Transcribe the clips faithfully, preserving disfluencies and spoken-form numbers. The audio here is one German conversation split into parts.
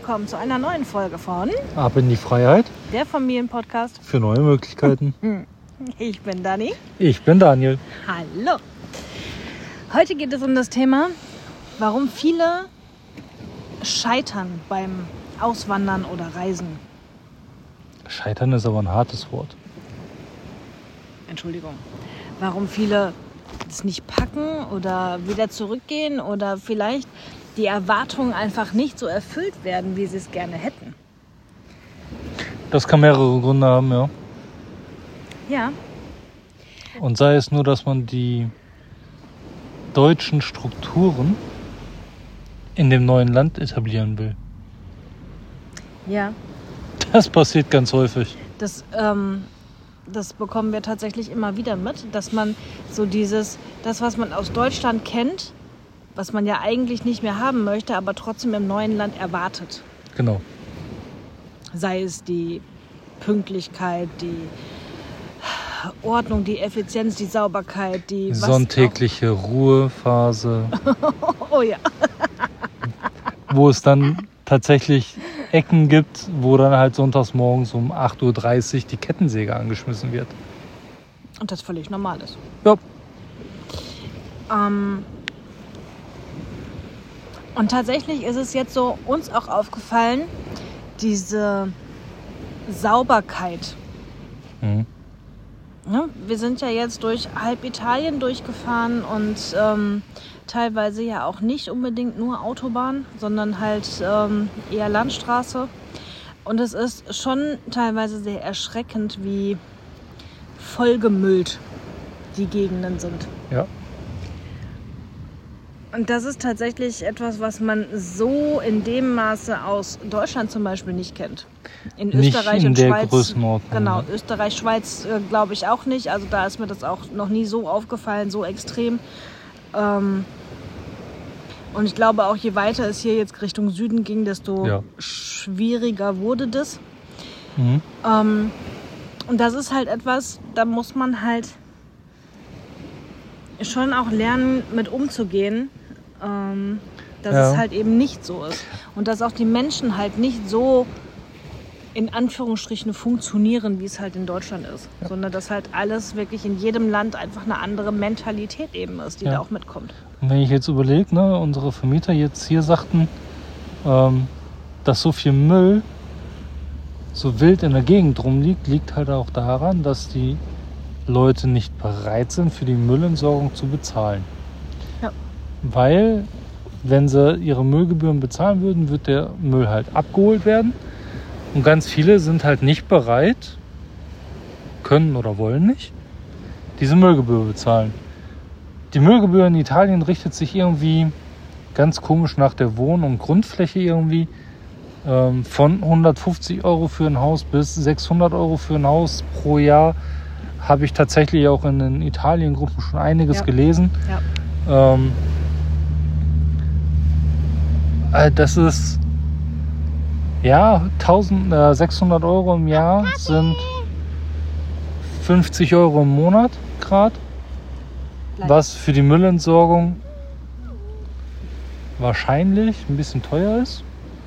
willkommen zu einer neuen Folge von Ab in die Freiheit. Der Familienpodcast für neue Möglichkeiten. Ich bin Dani. Ich bin Daniel. Hallo. Heute geht es um das Thema, warum viele scheitern beim Auswandern oder Reisen. Scheitern ist aber ein hartes Wort. Entschuldigung. Warum viele es nicht packen oder wieder zurückgehen oder vielleicht die Erwartungen einfach nicht so erfüllt werden, wie sie es gerne hätten. Das kann mehrere Gründe haben, ja. Ja. Und sei es nur, dass man die deutschen Strukturen in dem neuen Land etablieren will. Ja. Das passiert ganz häufig. Das, ähm, das bekommen wir tatsächlich immer wieder mit, dass man so dieses, das, was man aus Deutschland kennt, was man ja eigentlich nicht mehr haben möchte, aber trotzdem im neuen Land erwartet. Genau. Sei es die Pünktlichkeit, die Ordnung, die Effizienz, die Sauberkeit, die was sonntägliche Ruhephase. Oh ja. Wo es dann tatsächlich Ecken gibt, wo dann halt sonntags morgens um acht Uhr dreißig die Kettensäge angeschmissen wird. Und das völlig normal ist. Ja. Ähm, und tatsächlich ist es jetzt so uns auch aufgefallen, diese Sauberkeit. Mhm. Ja, wir sind ja jetzt durch halb Italien durchgefahren und ähm, teilweise ja auch nicht unbedingt nur Autobahn, sondern halt ähm, eher Landstraße. Und es ist schon teilweise sehr erschreckend, wie vollgemüllt die Gegenden sind. Ja. Und das ist tatsächlich etwas, was man so in dem Maße aus Deutschland zum Beispiel nicht kennt. In nicht Österreich in und der Schweiz. Größenordnung. Genau, Österreich, Schweiz äh, glaube ich auch nicht. Also da ist mir das auch noch nie so aufgefallen, so extrem. Ähm, und ich glaube auch, je weiter es hier jetzt Richtung Süden ging, desto ja. schwieriger wurde das. Mhm. Ähm, und das ist halt etwas, da muss man halt schon auch lernen, mit umzugehen, ähm, dass ja. es halt eben nicht so ist. Und dass auch die Menschen halt nicht so in Anführungsstrichen funktionieren, wie es halt in Deutschland ist. Ja. Sondern dass halt alles wirklich in jedem Land einfach eine andere Mentalität eben ist, die ja. da auch mitkommt. Und wenn ich jetzt überlege, ne, unsere Vermieter jetzt hier sagten, ähm, dass so viel Müll so wild in der Gegend rumliegt, liegt halt auch daran, dass die Leute nicht bereit sind, für die Müllentsorgung zu bezahlen. Ja. Weil, wenn sie ihre Müllgebühren bezahlen würden, wird der Müll halt abgeholt werden. Und ganz viele sind halt nicht bereit, können oder wollen nicht, diese Müllgebühr bezahlen. Die Müllgebühr in Italien richtet sich irgendwie ganz komisch nach der Wohn- und Grundfläche irgendwie. Ähm, von hundertfünfzig Euro für ein Haus bis sechshundert Euro für ein Haus pro Jahr. Habe ich tatsächlich auch in den Italien-Gruppen schon einiges ja. gelesen. Ja. Ähm, äh, das ist ja sechshundert Euro im Jahr sind fünfzig Euro im Monat gerade, was für die Müllentsorgung wahrscheinlich ein bisschen teuer ist.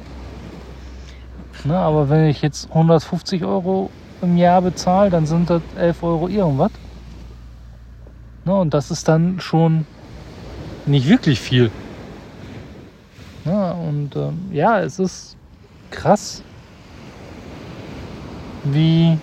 Ne, aber wenn ich jetzt hundertfünfzig Euro im Jahr bezahle, dann sind das elf Euro irgendwas. Ne, und das ist dann schon nicht wirklich viel. Ne, und ähm, ja, es ist krass, wie,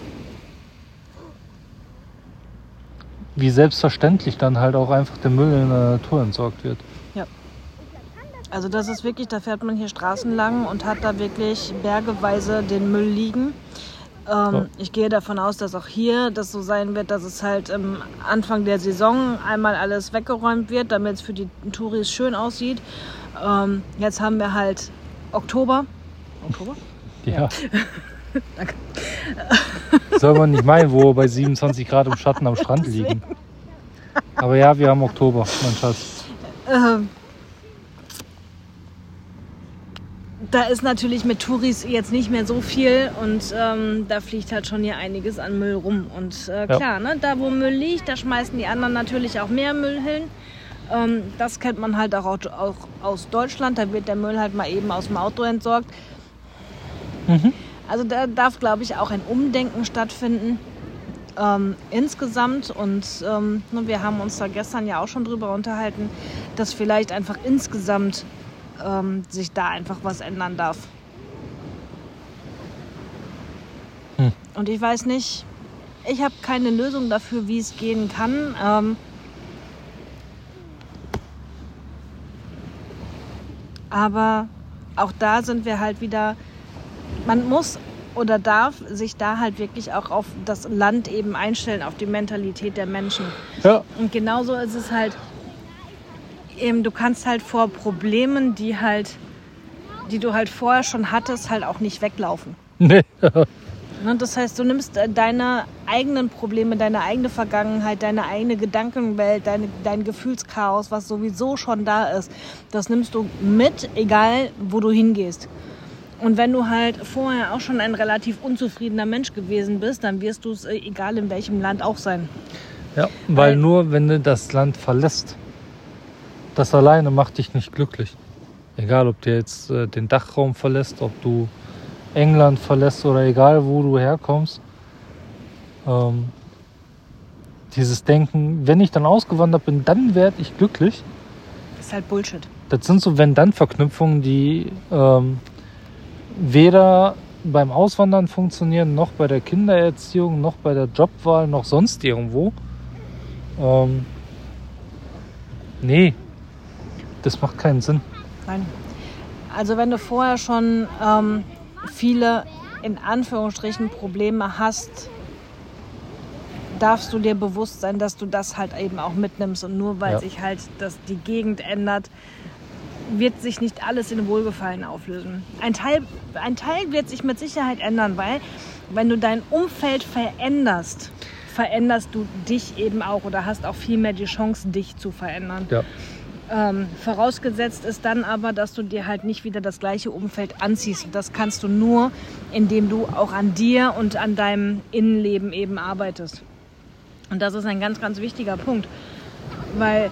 wie selbstverständlich dann halt auch einfach der Müll in der Natur entsorgt wird. Ja. Also das ist wirklich, da fährt man hier Straßen lang und hat da wirklich bergeweise den Müll liegen. Ähm, ja. Ich gehe davon aus, dass auch hier das so sein wird, dass es halt am Anfang der Saison einmal alles weggeräumt wird, damit es für die Touris schön aussieht. Ähm, jetzt haben wir halt Oktober. Oktober? Ja. Danke. Soll man nicht meinen, wo wir bei siebenundzwanzig Grad im Schatten am Strand liegen. Aber ja, wir haben Oktober, mein Schatz. Ähm, da ist natürlich mit Touris jetzt nicht mehr so viel und ähm, da fliegt halt schon hier einiges an Müll rum. Und äh, klar, ja. ne, da wo Müll liegt, da schmeißen die anderen natürlich auch mehr Müll hin. Ähm, das kennt man halt auch, auch aus Deutschland. Da wird der Müll halt mal eben aus dem Auto entsorgt. Mhm. Also da darf, glaube ich, auch ein Umdenken stattfinden. Ähm, insgesamt. Und ähm, wir haben uns da gestern ja auch schon drüber unterhalten, dass vielleicht einfach insgesamt ähm, sich da einfach was ändern darf. Hm. Und ich weiß nicht, ich habe keine Lösung dafür, wie es gehen kann. Ähm, aber auch da sind wir halt wieder, man muss oder darf sich da halt wirklich auch auf das Land eben einstellen, auf die Mentalität der Menschen. Ja. Und genauso ist es halt, eben, du kannst halt vor Problemen, die halt, die du halt vorher schon hattest, halt auch nicht weglaufen. Nee. Ne, das heißt, du nimmst deine eigenen Probleme, deine eigene Vergangenheit, deine eigene Gedankenwelt, deine, dein Gefühlschaos, was sowieso schon da ist, das nimmst du mit, egal wo du hingehst. Und wenn du halt vorher auch schon ein relativ unzufriedener Mensch gewesen bist, dann wirst du es, egal in welchem Land, auch sein. Ja, weil, weil nur wenn du das Land verlässt, das alleine macht dich nicht glücklich. Egal, ob du jetzt äh, den Dachraum verlässt, ob du England verlässt oder egal, wo du herkommst. Ähm, dieses Denken, wenn ich dann ausgewandert bin, dann werde ich glücklich. Das ist halt Bullshit. Das sind so Wenn-Dann-Verknüpfungen, die ähm, weder beim Auswandern funktionieren, noch bei der Kindererziehung, noch bei der Jobwahl, noch sonst irgendwo. Ähm, nee, das macht keinen Sinn. Nein. Also wenn du vorher schon ähm, viele, in Anführungsstrichen, Probleme hast, darfst du dir bewusst sein, dass du das halt eben auch mitnimmst. Und nur weil Ja. sich halt das, die Gegend ändert, wird sich nicht alles in Wohlgefallen auflösen. Ein Teil, ein Teil wird sich mit Sicherheit ändern, weil wenn du dein Umfeld veränderst, veränderst du dich eben auch oder hast auch viel mehr die Chance, dich zu verändern. Ja. Ähm, vorausgesetzt ist dann aber, dass du dir halt nicht wieder das gleiche Umfeld anziehst. Und das kannst du nur, indem du auch an dir und an deinem Innenleben eben arbeitest. Und das ist ein ganz, ganz wichtiger Punkt. Weil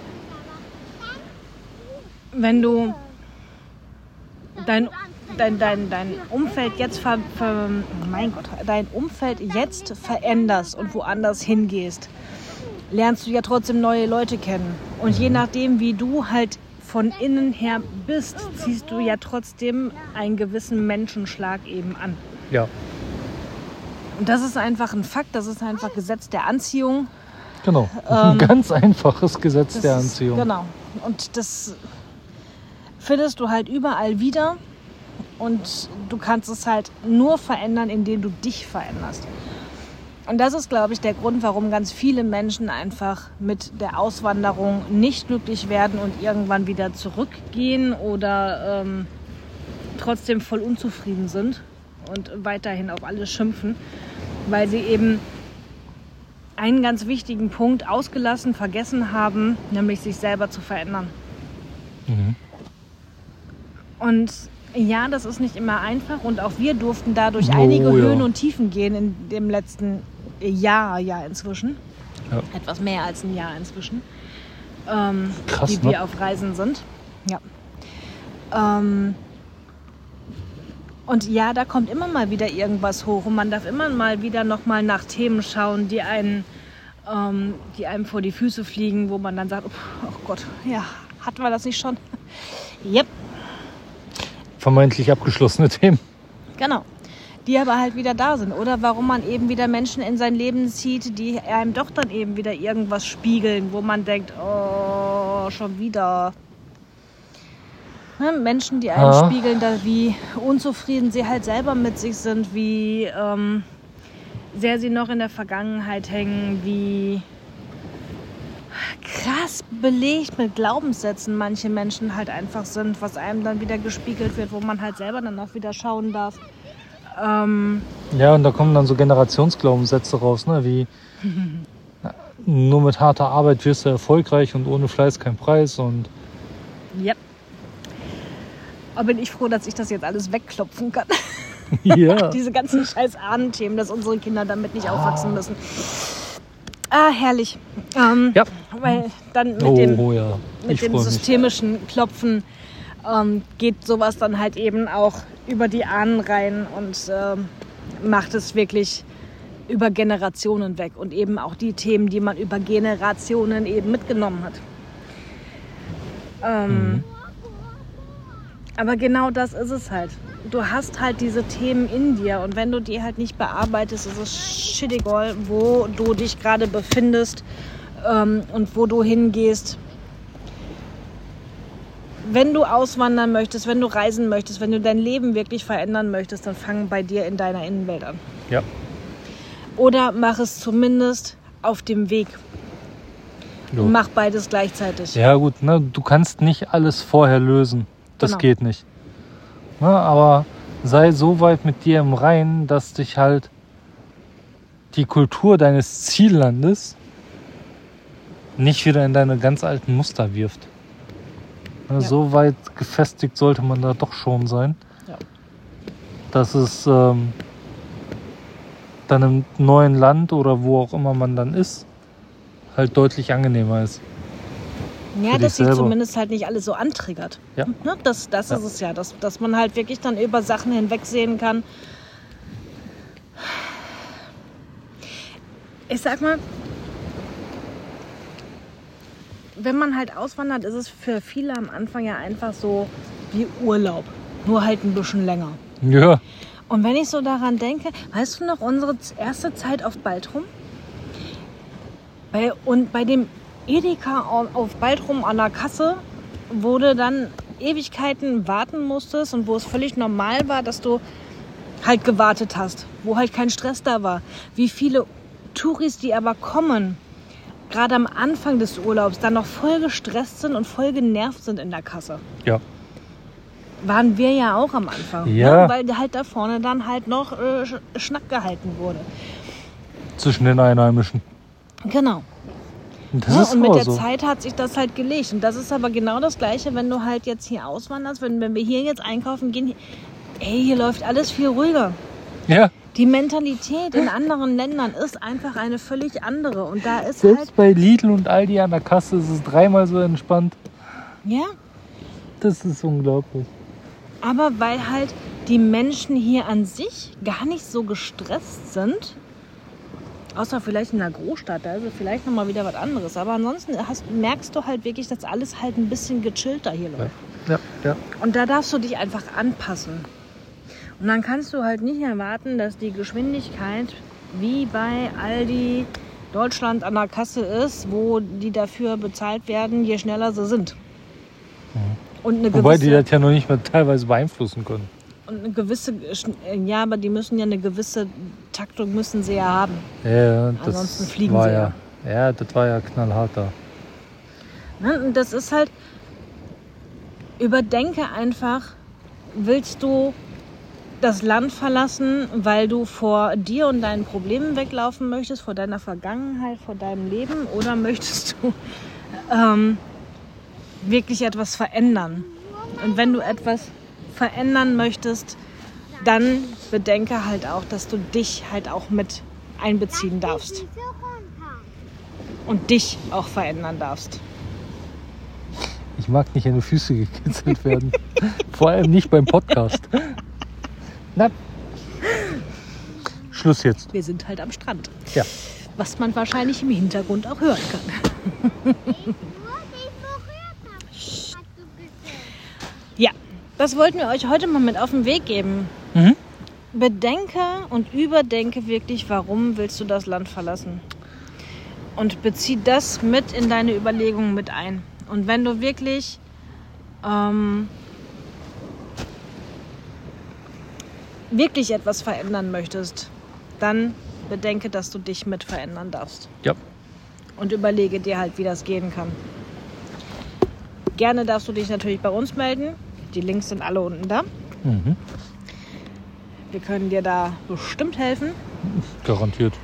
wenn du dein, dein, dein, dein Umfeld jetzt ver, ver, mein Gott, dein Umfeld jetzt veränderst und woanders hingehst, lernst du ja trotzdem neue Leute kennen. Und je nachdem, wie du halt von innen her bist, ziehst du ja trotzdem einen gewissen Menschenschlag eben an. Ja. Und das ist einfach ein Fakt, das ist einfach Gesetz der Anziehung. Genau. Ähm, Ein ganz einfaches Gesetz Das der ist- Anziehung. Genau. Und das findest du halt überall wieder. Und du kannst es halt nur verändern, indem du dich veränderst. Und das ist, glaube ich, der Grund, warum ganz viele Menschen einfach mit der Auswanderung nicht glücklich werden und irgendwann wieder zurückgehen oder ähm, trotzdem voll unzufrieden sind und weiterhin auf alles schimpfen, weil sie eben einen ganz wichtigen Punkt ausgelassen, vergessen haben, nämlich sich selber zu verändern. Mhm. Und ja, das ist nicht immer einfach und auch wir durften dadurch Oh, einige ja. Höhen und Tiefen gehen in dem letzten Jahr, ja inzwischen. Ja. Etwas mehr als ein Jahr inzwischen, ähm, Krass, die ne? wir auf Reisen sind. Ja. Ähm, und ja, da kommt immer mal wieder irgendwas hoch und man darf immer mal wieder nochmal nach Themen schauen, die einen, ähm, die einem vor die Füße fliegen, wo man dann sagt, oh, oh Gott, ja, hatten wir das nicht schon? Yep. Vermeintlich abgeschlossene Themen. Genau. Die aber halt wieder da sind. Oder warum man eben wieder Menschen in sein Leben zieht, die einem doch dann eben wieder irgendwas spiegeln, wo man denkt, oh, schon wieder. Ne? Menschen, die einem Ja. spiegeln, da, wie unzufrieden sie halt selber mit sich sind, wie ähm, sehr sie noch in der Vergangenheit hängen, wie krass belegt mit Glaubenssätzen manche Menschen halt einfach sind, was einem dann wieder gespiegelt wird, wo man halt selber dann auch wieder schauen darf. Ähm, Ja, und da kommen dann so Generationsglaubenssätze raus, ne? Wie na, nur mit harter Arbeit wirst du erfolgreich und ohne Fleiß kein Preis. Und ja. Aber bin ich froh, dass ich das jetzt alles wegklopfen kann. ja, Diese ganzen scheiß Ahnenthemen, dass unsere Kinder damit nicht aufwachsen müssen. Ah, herrlich. Ähm, Ja. Weil dann mit oh, dem, oh ja, mit ich dem freue mich. systemischen Klopfen ähm, geht sowas dann halt eben auch über die Ahnen rein und ähm, macht es wirklich über Generationen weg und eben auch die Themen, die man über Generationen eben mitgenommen hat. Ähm, mhm. Aber genau das ist es halt. Du hast halt diese Themen in dir und wenn du die halt nicht bearbeitest, ist es shit egal, wo du dich gerade befindest ähm, und wo du hingehst. Wenn du auswandern möchtest, wenn du reisen möchtest, wenn du dein Leben wirklich verändern möchtest, dann fang bei dir in deiner Innenwelt an. Ja. Oder mach es zumindest auf dem Weg. Jo. Mach beides gleichzeitig. Ja gut, ne, du kannst nicht alles vorher lösen. Das Genau. geht nicht. Ne, aber sei so weit mit dir im Reinen, dass dich halt die Kultur deines Ziellandes nicht wieder in deine ganz alten Muster wirft. Ne, ja. So weit gefestigt sollte man da doch schon sein, ja. dass es ähm, dann im neuen Land oder wo auch immer man dann ist, halt deutlich angenehmer ist. Ja, dass sich zumindest halt nicht alles so antriggert. Ja. Ne? Das, das ja. ist es ja, dass, dass man halt wirklich dann über Sachen hinwegsehen kann. Ich sag mal, wenn man halt auswandert, ist es für viele am Anfang ja einfach so wie Urlaub. Nur halt ein bisschen länger. Ja. Und wenn ich so daran denke, weißt du noch unsere erste Zeit auf Baltrum? Bei, und bei dem Edeka auf Baltrum an der Kasse, wo du dann Ewigkeiten warten musstest und wo es völlig normal war, dass du halt gewartet hast, wo halt kein Stress da war. Wie viele Touris, die aber kommen, gerade am Anfang des Urlaubs, dann noch voll gestresst sind und voll genervt sind in der Kasse. Ja. Waren wir ja auch am Anfang, ja. Ne? Weil halt da vorne dann halt noch äh, Schnack gehalten wurde. Zwischen den Einheimischen. Genau. Das ja, ist und mit der so. Zeit hat sich das halt gelegt. Und das ist aber genau das Gleiche, wenn du halt jetzt hier auswanderst, wenn, wenn wir hier jetzt einkaufen gehen. Ey, hier läuft alles viel ruhiger. Ja. Die Mentalität in anderen Ländern ist einfach eine völlig andere. Und da ist Selbst halt bei Lidl und Aldi an der Kasse ist es dreimal so entspannt. Ja. Das ist unglaublich. Aber weil halt die Menschen hier an sich gar nicht so gestresst sind, außer vielleicht in einer Großstadt, da ist es vielleicht nochmal wieder was anderes. Aber ansonsten hast, merkst du halt wirklich, dass alles halt ein bisschen gechillter hier läuft. Ja, ja. Und da darfst du dich einfach anpassen. Und dann kannst du halt nicht erwarten, dass die Geschwindigkeit wie bei Aldi Deutschland an der Kasse ist, wo die dafür bezahlt werden, je schneller sie sind. Mhm. Und eine Wobei gewisse, die das ja noch nicht mehr teilweise beeinflussen können. Und eine gewisse, ja, aber die müssen ja eine gewisse Taktung müssen sie ja haben. Ja, das Ansonsten fliegen war sie ja. Ja, das war ja knallhart da. Ne? Und das ist halt, überdenke einfach, willst du das Land verlassen, weil du vor dir und deinen Problemen weglaufen möchtest, vor deiner Vergangenheit, vor deinem Leben, oder möchtest du ähm, wirklich etwas verändern? Und wenn du etwas verändern möchtest, dann bedenke halt auch, dass du dich halt auch mit einbeziehen darfst. Und dich auch verändern darfst. Ich mag nicht an die Füße gekitzelt werden. Vor allem nicht beim Podcast. Na, Schluss jetzt. Wir sind halt am Strand. Ja. Was man wahrscheinlich im Hintergrund auch hören kann. Ja, das wollten wir euch heute mal mit auf den Weg geben. Mhm. Bedenke und überdenke wirklich, warum willst du das Land verlassen? Und bezieh das mit in deine Überlegungen mit ein. Und wenn du wirklich ähm, wirklich etwas verändern möchtest, dann bedenke, dass du dich mit verändern darfst. Ja. Und überlege dir halt, wie das gehen kann. Gerne darfst du dich natürlich bei uns melden. Die Links sind alle unten da. Mhm. Wir können dir da bestimmt helfen. Garantiert.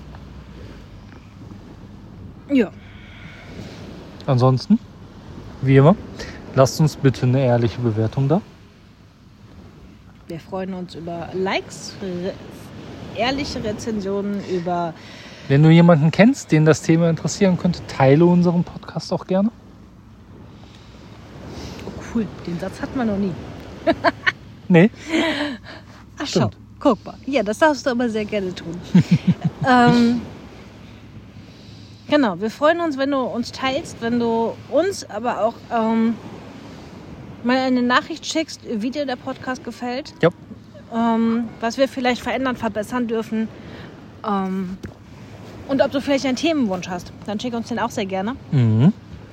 Ja. Ansonsten, wie immer, lasst uns bitte eine ehrliche Bewertung da. Wir freuen uns über Likes, re- ehrliche Rezensionen, über... Wenn du jemanden kennst, den das Thema interessieren könnte, teile unseren Podcast auch gerne. cool. Den Satz hatten wir noch nie. Nee. Ach, Stimmt. schau. Guck mal. Ja, das darfst du aber sehr gerne tun. ähm, genau, wir freuen uns, wenn du uns teilst, wenn du uns aber auch ähm, mal eine Nachricht schickst, wie dir der Podcast gefällt. Ja. Ähm, was wir vielleicht verändern, verbessern dürfen. Ähm, und ob du vielleicht einen Themenwunsch hast. Dann schick uns den auch sehr gerne. Mhm.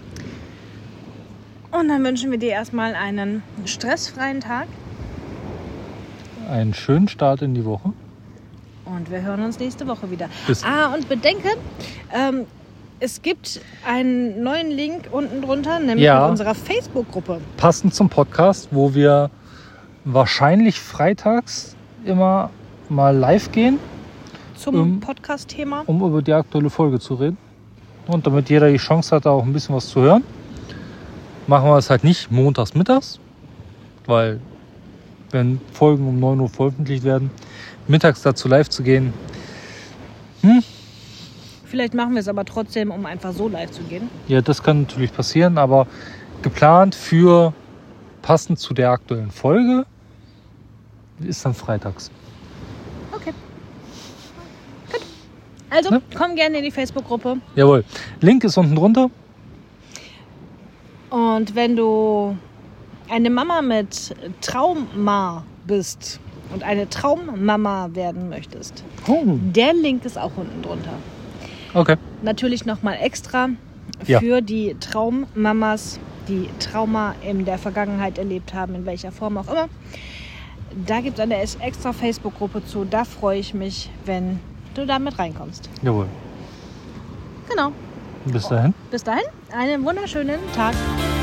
Und dann wünschen wir dir erstmal einen stressfreien Tag. Einen schönen Start in die Woche. Und wir hören uns nächste Woche wieder. Bis ah, und bedenke, ähm, es gibt einen neuen Link unten drunter, nämlich Ja. in unserer Facebook-Gruppe. Passend zum Podcast, wo wir wahrscheinlich freitags immer mal live gehen, Zum Ähm, Podcast-Thema. um über die aktuelle Folge zu reden. Und damit jeder die Chance hat, da auch ein bisschen was zu hören, machen wir es halt nicht montags mittags, weil wenn Folgen um neun Uhr veröffentlicht werden, mittags dazu live zu gehen, hm, Vielleicht machen wir es aber trotzdem, um einfach so live zu gehen. ja, das kann natürlich passieren, aber geplant für passend zu der aktuellen Folge ist dann freitags. Okay. Gut. Also, Ne? komm gerne in die Facebook-Gruppe. Jawohl. Link ist unten drunter. Und wenn du eine Mama mit Trauma bist und eine Traummama werden möchtest, Oh. der Link ist auch unten drunter. Okay. Natürlich nochmal extra Ja. für die Traummamas, die Trauma in der Vergangenheit erlebt haben, in welcher Form auch immer. Da gibt es eine extra Facebook-Gruppe zu. Da freue ich mich, wenn du da mit reinkommst. Jawohl. Genau. Bis dahin. Bis dahin, einen wunderschönen Tag.